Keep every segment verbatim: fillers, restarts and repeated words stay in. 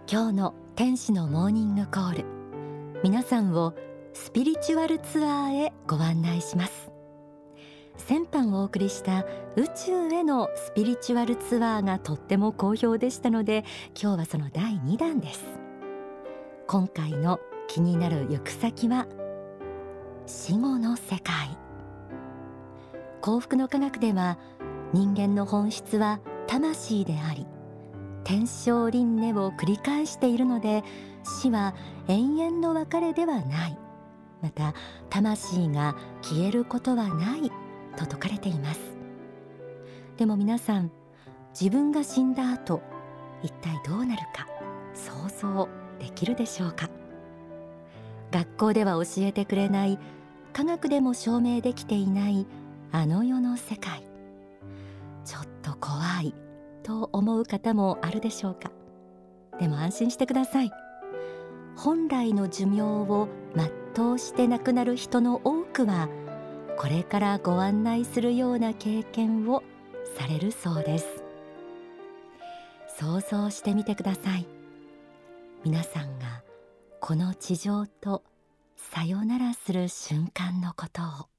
今日の天使のモーニングコール、皆さんをスピリチュアルツアーへご案内します。先般お送りした宇宙へのスピリチュアルツアーがとっても好評でしたので、今日はそのだいにだんです。今回の気になる行く先は死後の世界。幸福の科学では、人間の本質は魂であり、天正輪廻を繰り返しているので、死は永遠の別れではない、また魂が消えることはないと説かれています。でも皆さん、自分が死んだ後、一体どうなるか想像できるでしょうか。学校では教えてくれない、科学でも証明できていないあの世の世界、ちょっと怖いと思う方もあるでしょうか。でも安心してください。本来の寿命を全うして亡くなる人の多くは、これからご案内するような経験をされるそうです。想像してみてください。皆さんがこの地上とさよならする瞬間のことを。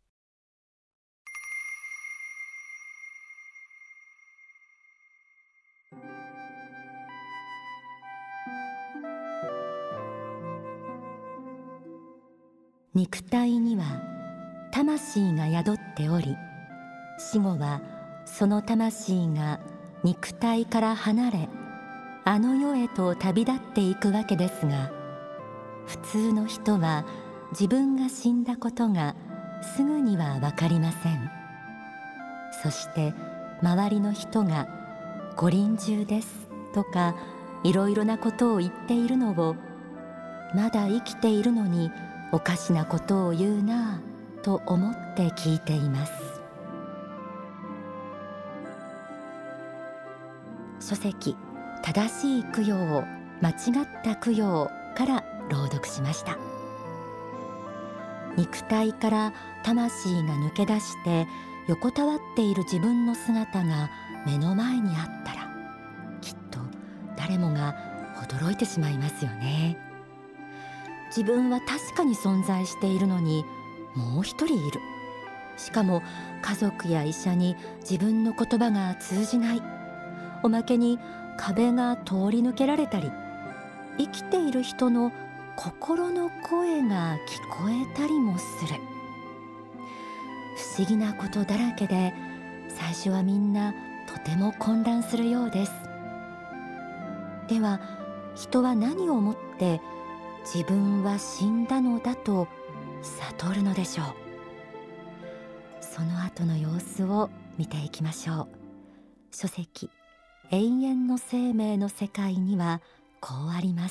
肉体には魂が宿っており、死後はその魂が肉体から離れ、あの世へと旅立っていくわけですが、普通の人は自分が死んだことがすぐには分かりません。そして周りの人がご臨終ですとかいろいろなことを言っているのを、まだ生きているのにおかしなことを言うなぁと思って聞いています。書籍正しい供養、間違った供養から朗読しました。肉体から魂が抜け出して横たわっている自分の姿が目の前にあったら、きっと誰もが驚いてしまいますよね。自分は確かに存在しているのに、もう一人いる。しかも家族や医者に自分の言葉が通じない。おまけに壁が通り抜けられたり、生きている人の心の声が聞こえたりもする。不思議なことだらけで、最初はみんなとても混乱するようです。では、人は何をもって自分は死んだのだと悟るのでしょう。その後の様子を見ていきましょう。書籍永遠の生命の世界にはこうあります。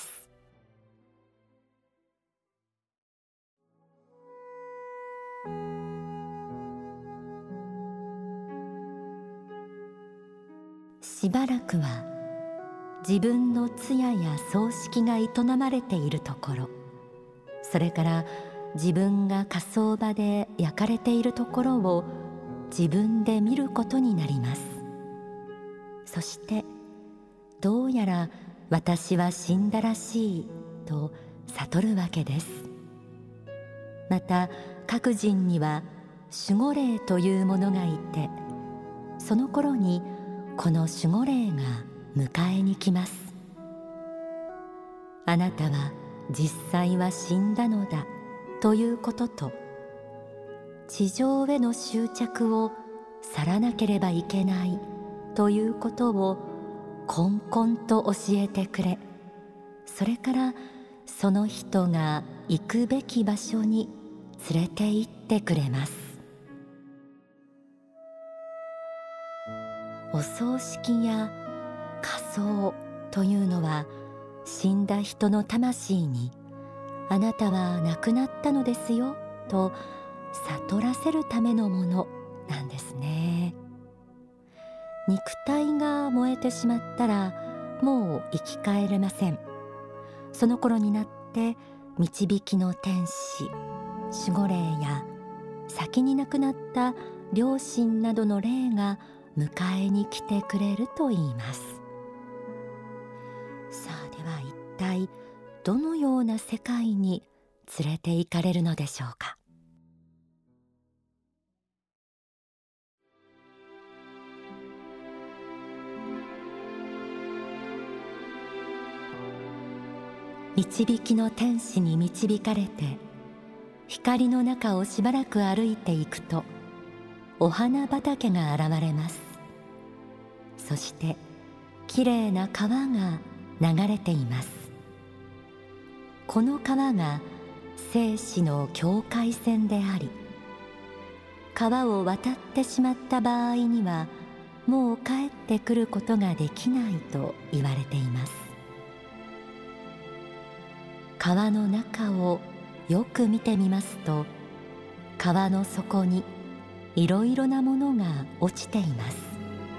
しばらくは自分の通夜や葬式が営まれているところ、それから自分が火葬場で焼かれているところを自分で見ることになります。そしてどうやら私は死んだらしいと悟るわけです。また各人には守護霊というものがいて、その頃にこの守護霊が迎えに来ます。あなたは実際は死んだのだということと、地上への執着を去らなければいけないということをこんこんと教えてくれ、それからその人が行くべき場所に連れて行ってくれます。お葬式や火葬というのは、死んだ人の魂にあなたは亡くなったのですよと悟らせるためのものなんですね。肉体が燃えてしまったらもう生き返れません。その頃になって導きの天使、守護霊や先に亡くなった両親などの霊が迎えに来てくれると言います。さあ、では一体どのような世界に連れて行かれるのでしょうか。導きの天使に導かれて光の中をしばらく歩いていくと、お花畑が現れます。そしてきれいな川が流れています。この川が生死の境界線であり、川を渡ってしまった場合にはもう帰ってくることができないと言われています。川の中をよく見てみますと、川の底にいろいろなものが落ちています。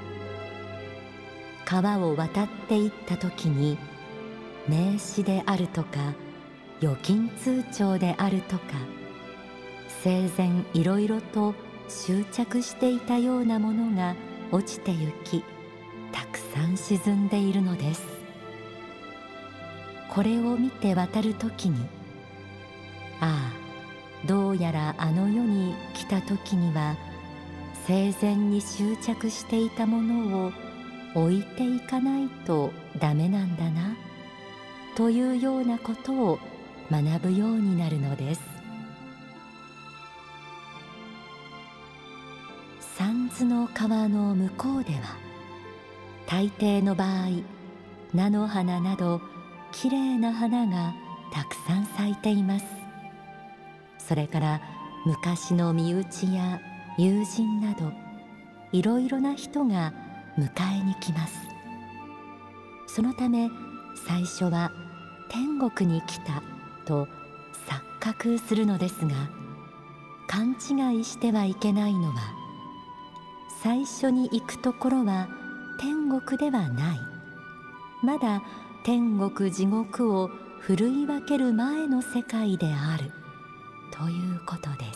川を渡っていった時に、名刺であるとか預金通帳であるとか、生前いろいろと執着していたようなものが落ちてゆき、たくさん沈んでいるのです。これを見て渡るときに、ああ、どうやらあの世に来たときには生前に執着していたものを置いていかないとダメなんだなというようなことを学ぶようになるのです。三途の川の向こうでは、大抵の場合菜の花などきれいな花がたくさん咲いています。それから昔の身内や友人などいろいろな人が迎えに来ます。そのため最初は天国に来たと錯覚するのですが、勘違いしてはいけないのは、最初に行くところは天国ではない、まだ天国地獄をふるい分ける前の世界であるということです。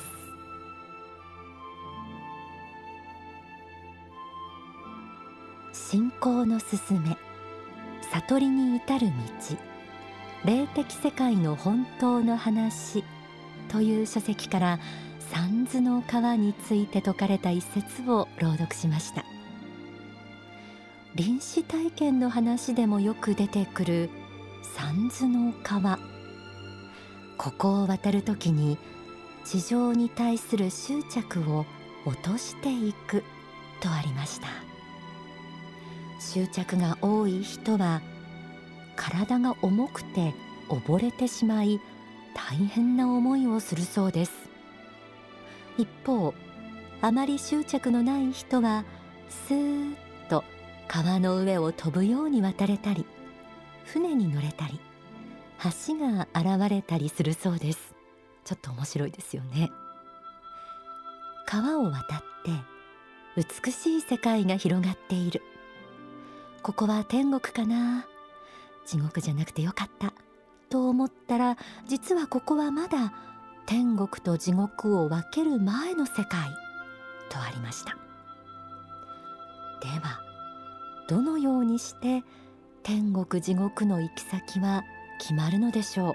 信仰のすすめ、悟りに至る道、霊的世界の本当の話という書籍から三途の川について説かれた一節を朗読しました。臨死体験の話でもよく出てくる三途の川、ここを渡るときに地上に対する執着を落としていくとありました。執着が多い人は体が重くて溺れてしまい大変な思いをするそうです。一方、あまり執着のない人はスーッと川の上を飛ぶように渡れたり、船に乗れたり、橋が現れたりするそうです。ちょっと面白いですよね。川を渡って美しい世界が広がっている。ここは天国かな、地獄じゃなくてよかったと思ったら、実はここはまだ天国と地獄を分ける前の世界とありました。ではどのようにして天国地獄の行き先は決まるのでしょう。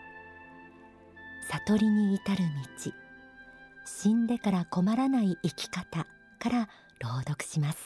悟りに至る道、死んでから困らない生き方から朗読します。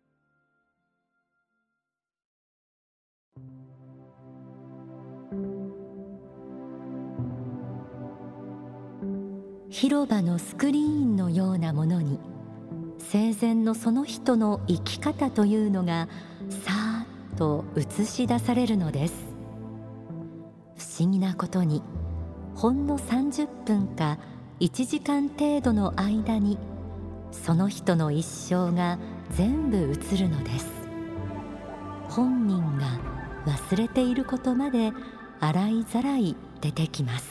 広場のスクリーンのようなものに、生前のその人の生き方というのがさーっと映し出されるのです。不思議なことに、ほんのさんじゅっぷんかいちじかん程度の間にその人の一生が全部映るのです。本人が忘れていることまで洗いざらい出てきます。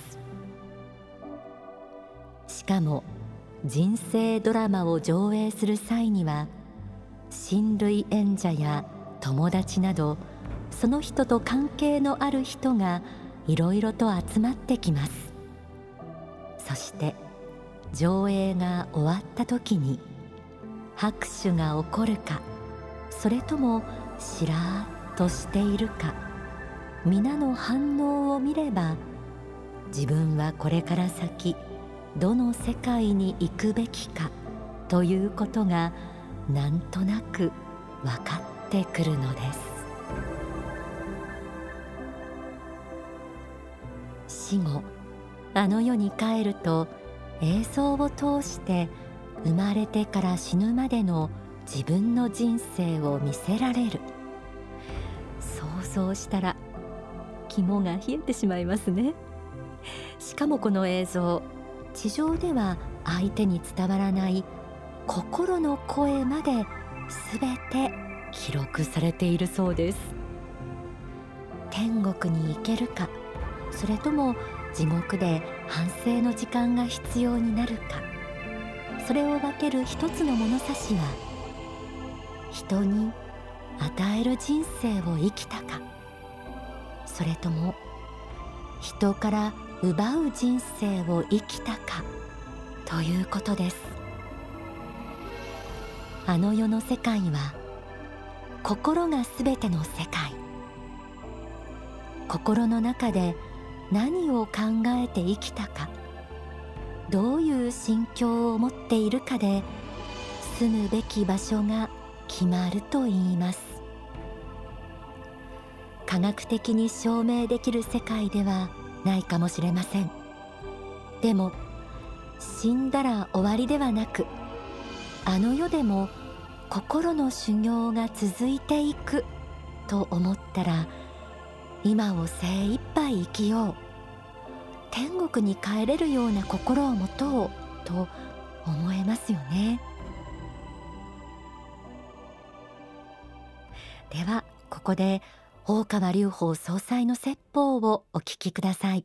しかも人生ドラマを上映する際には、親類縁者や友達などその人と関係のある人がいろいろと集まってきます。そして上映が終わった時に拍手が起こるか、それともしらーっとしているか、 皆の反応を見れば、自分はこれから先どの世界に行くべきかということがなんとなく分かってくるのです。死後あの世に帰ると、映像を通して生まれてから死ぬまでの自分の人生を見せられる。想像したら肝が冷えてしまいますね。しかもこの映像、地上では相手に伝わらない心の声まで全て記録されているそうです。天国に行けるか、それとも地獄で反省の時間が必要になるか、それを分ける一つの物差しは、人に与える人生を生きたか、それとも人から奪う人生を生きたかということです。あの世の世界は心がすべての世界。心の中で何を考えて生きたか、どういう心境を持っているかで住むべき場所が決まると言います。科学的に証明できる世界ではないかもしれません。でも死んだら終わりではなく、あの世でも心の修行が続いていくと思ったら、今を精一杯生きよう、天国に帰れるような心を持とうと思えますよね。ではここで大川隆法総裁の説法をお聞きください。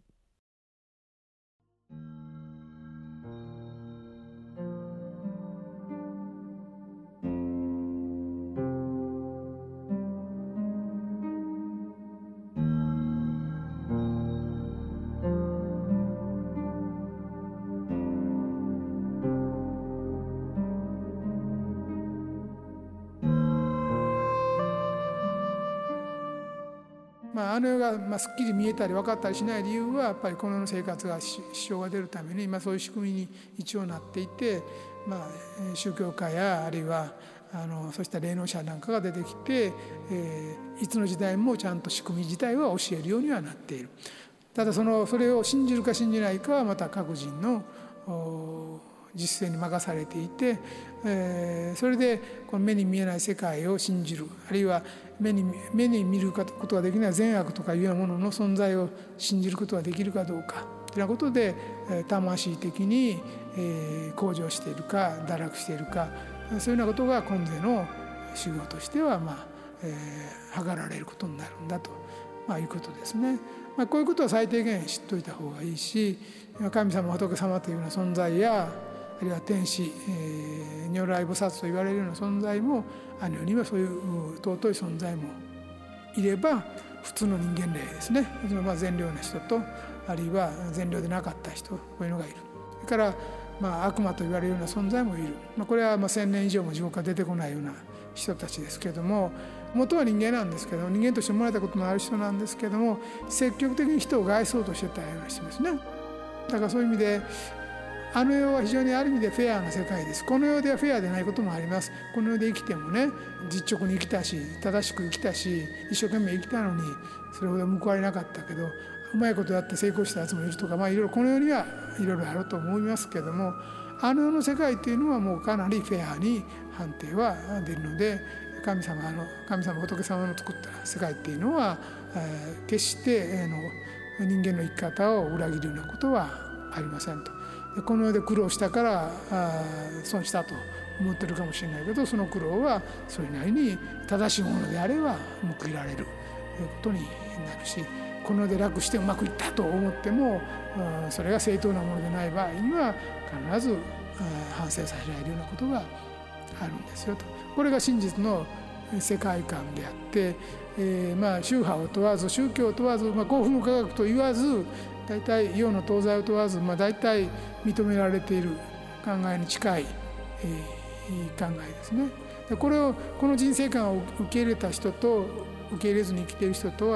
まあ、あの世がまあすっきり見えたり分かったりしない理由は、やっぱりこの世の生活が支障が出るために、まあ、そういう仕組みに一応なっていて、まあ、宗教家やあるいはあのそうした霊能者なんかが出てきて、えー、いつの時代もちゃんと仕組み自体は教えるようにはなっている。ただそのそれを信じるか信じないかはまた各人の実践に任されていて、えー、それでこの目に見えない世界を信じる、あるいは目に目に見ることができない善悪とかいうようなものの存在を信じることができるかどうかというようなことで、魂的に向上しているか堕落しているか、そういうようなことが今世の修行としてはまあ、えー、図られることになるんだと、まあ、いうことですね。まあ、こういうことは最低限知っておいた方がいいし、神様仏様というような存在や、あるいは天使、えー、如来菩薩と言われるような存在も、あの世にはそういう尊い存在もいれば、普通の人間霊ですね、まあ、善良な人と、あるいは善良でなかった人、こういうのがいる。それから、まあ、悪魔と言われるような存在もいる。まあ、これはまあ千年以上も地獄から出てこないような人たちですけれども、元は人間なんですけど、人間として生まれたことのある人なんですけども、積極的に人を害そうとしてたような人ですね。だからそういう意味で、あの世は非常にある意味でフェアな世界です。この世ではフェアでないこともあります。この世で生きてもね、実直に生きたし、正しく生きたし、一生懸命生きたのにそれほど報われなかったけど、うまいことやって成功したやつもいるとか、まあいろいろこの世にはいろいろあると思いますけども、あの世の世界っていうのはもうかなりフェアに判定は出るので、神様の神様仏様の作った世界っていうのは、えー、決して、えー、の人間の生き方を裏切るようなことはありませんと。この世で苦労したからあ損したと思ってるかもしれないけど、その苦労はそれなりに正しいものであれば報いられることになるし、この世で楽してうまくいったと思っても、それが正当なものでない場合には必ず反省させられるようなことがあるんですよと。これが真実の世界観であって、えー、まあ宗派を問わず宗教を問わず、まあ、幸福の科学と言わず、大体洋の東西を問わず、まあ、大体認められている考えに近い、えー、考えですね。でこれをこの人生観を受け入れた人と受け入れずに生きている人とは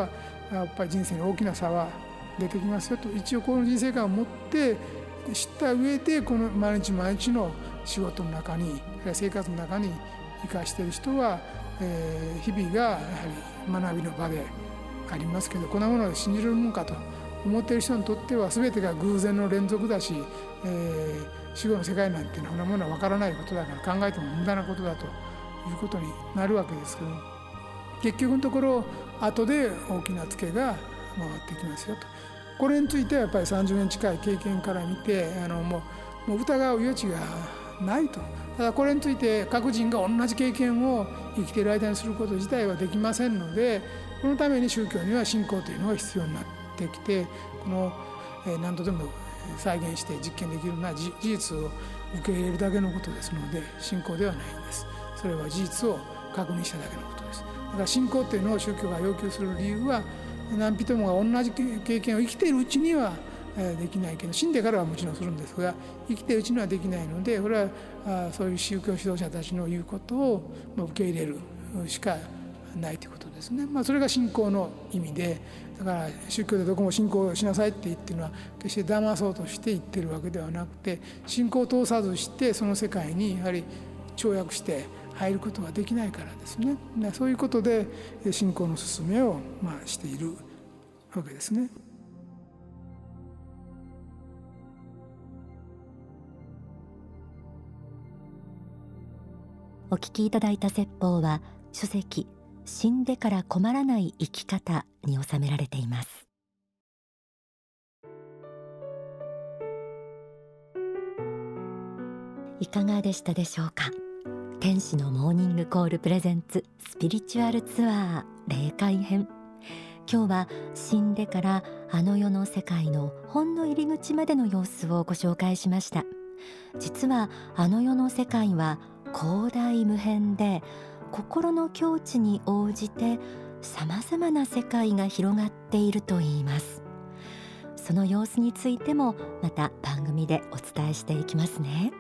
やっぱり人生に大きな差は出てきますよと、一応この人生観を持って知った上でこの毎日毎日の仕事の中に生活の中に生かしている人は、えー、日々がやはり学びの場でありますけど、こんなものを信じるもんかと思っている人にとっては全てが偶然の連続だし、えー、死後の世界なんていうのはそんなものは分からないことだから考えても無駄なことだということになるわけですけど、結局のところ後で大きなツケが回ってきますよと。これについてはやっぱりさんじゅうねん近い経験から見てあのもう、もう疑う余地がないと。ただこれについて各人が同じ経験を生きている間にすること自体はできませんので、このために宗教には信仰というのが必要になってきて、この何度でも再現して実験できるような事実を受け入れるだけのことですので、信仰ではないんです。それは事実を確認しただけのことです。だから信仰というのを宗教が要求する理由は、何人もが同じ経験を生きているうちにはできないけど、死んでからはもちろんするんですが、生きているうちにはできないので、これはそういう宗教指導者たちの言うことを受け入れるしかないということですね。まあ、それが信仰の意味で、だから宗教でどこも信仰しなさいって言ってるのは決して騙そうとして言ってるわけではなくて、信仰を通さずしてその世界にやはり跳躍して入ることができないからですね。そういうことで信仰の勧めをまあしているわけですね。 お聞きいただいた説法は書籍死んでから困らない生き方に収められています。いかがでしたでしょうか。天使のモーニングコールプレゼンツスピリチュアルツアー霊界編。今日は死んでからあの世の世界のほんの入り口までの様子をご紹介しました。実はあの世の世界は広大無辺で、心の境地に応じてさまざまな世界が広がっているといいます。その様子についてもまた番組でお伝えしていきますね。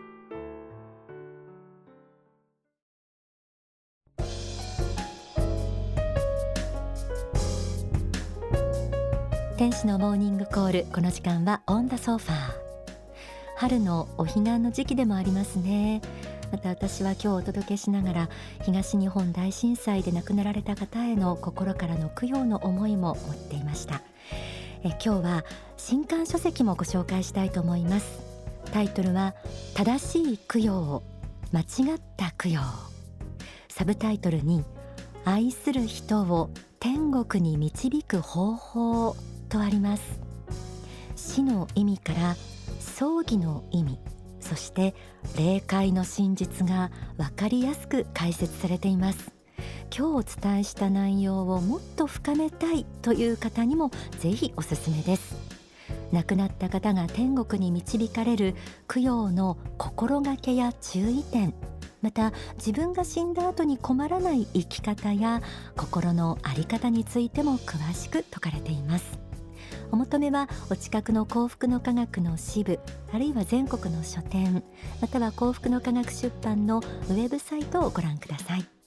天使のモーニングコール、この時間はオンダソファー。春のお彼岸の時期でもありますね。また私は今日お届けしながら、東日本大震災で亡くなられた方への心からの供養の思いも持っていました。え今日は新刊書籍もご紹介したいと思います。タイトルは正しい供養、間違った供養。サブタイトルに愛する人を天国に導く方法とあります。死の意味から葬儀の意味、そして霊界の真実が分かりやすく解説されています。今日お伝えした内容をもっと深めたいという方にもぜひおすすめです。亡くなった方が天国に導かれる供養の心がけや注意点、また自分が死んだ後に困らない生き方や心の在り方についても詳しく説かれています。お求めはお近くの幸福の科学の支部、あるいは全国の書店、または幸福の科学出版のウェブサイトをご覧ください。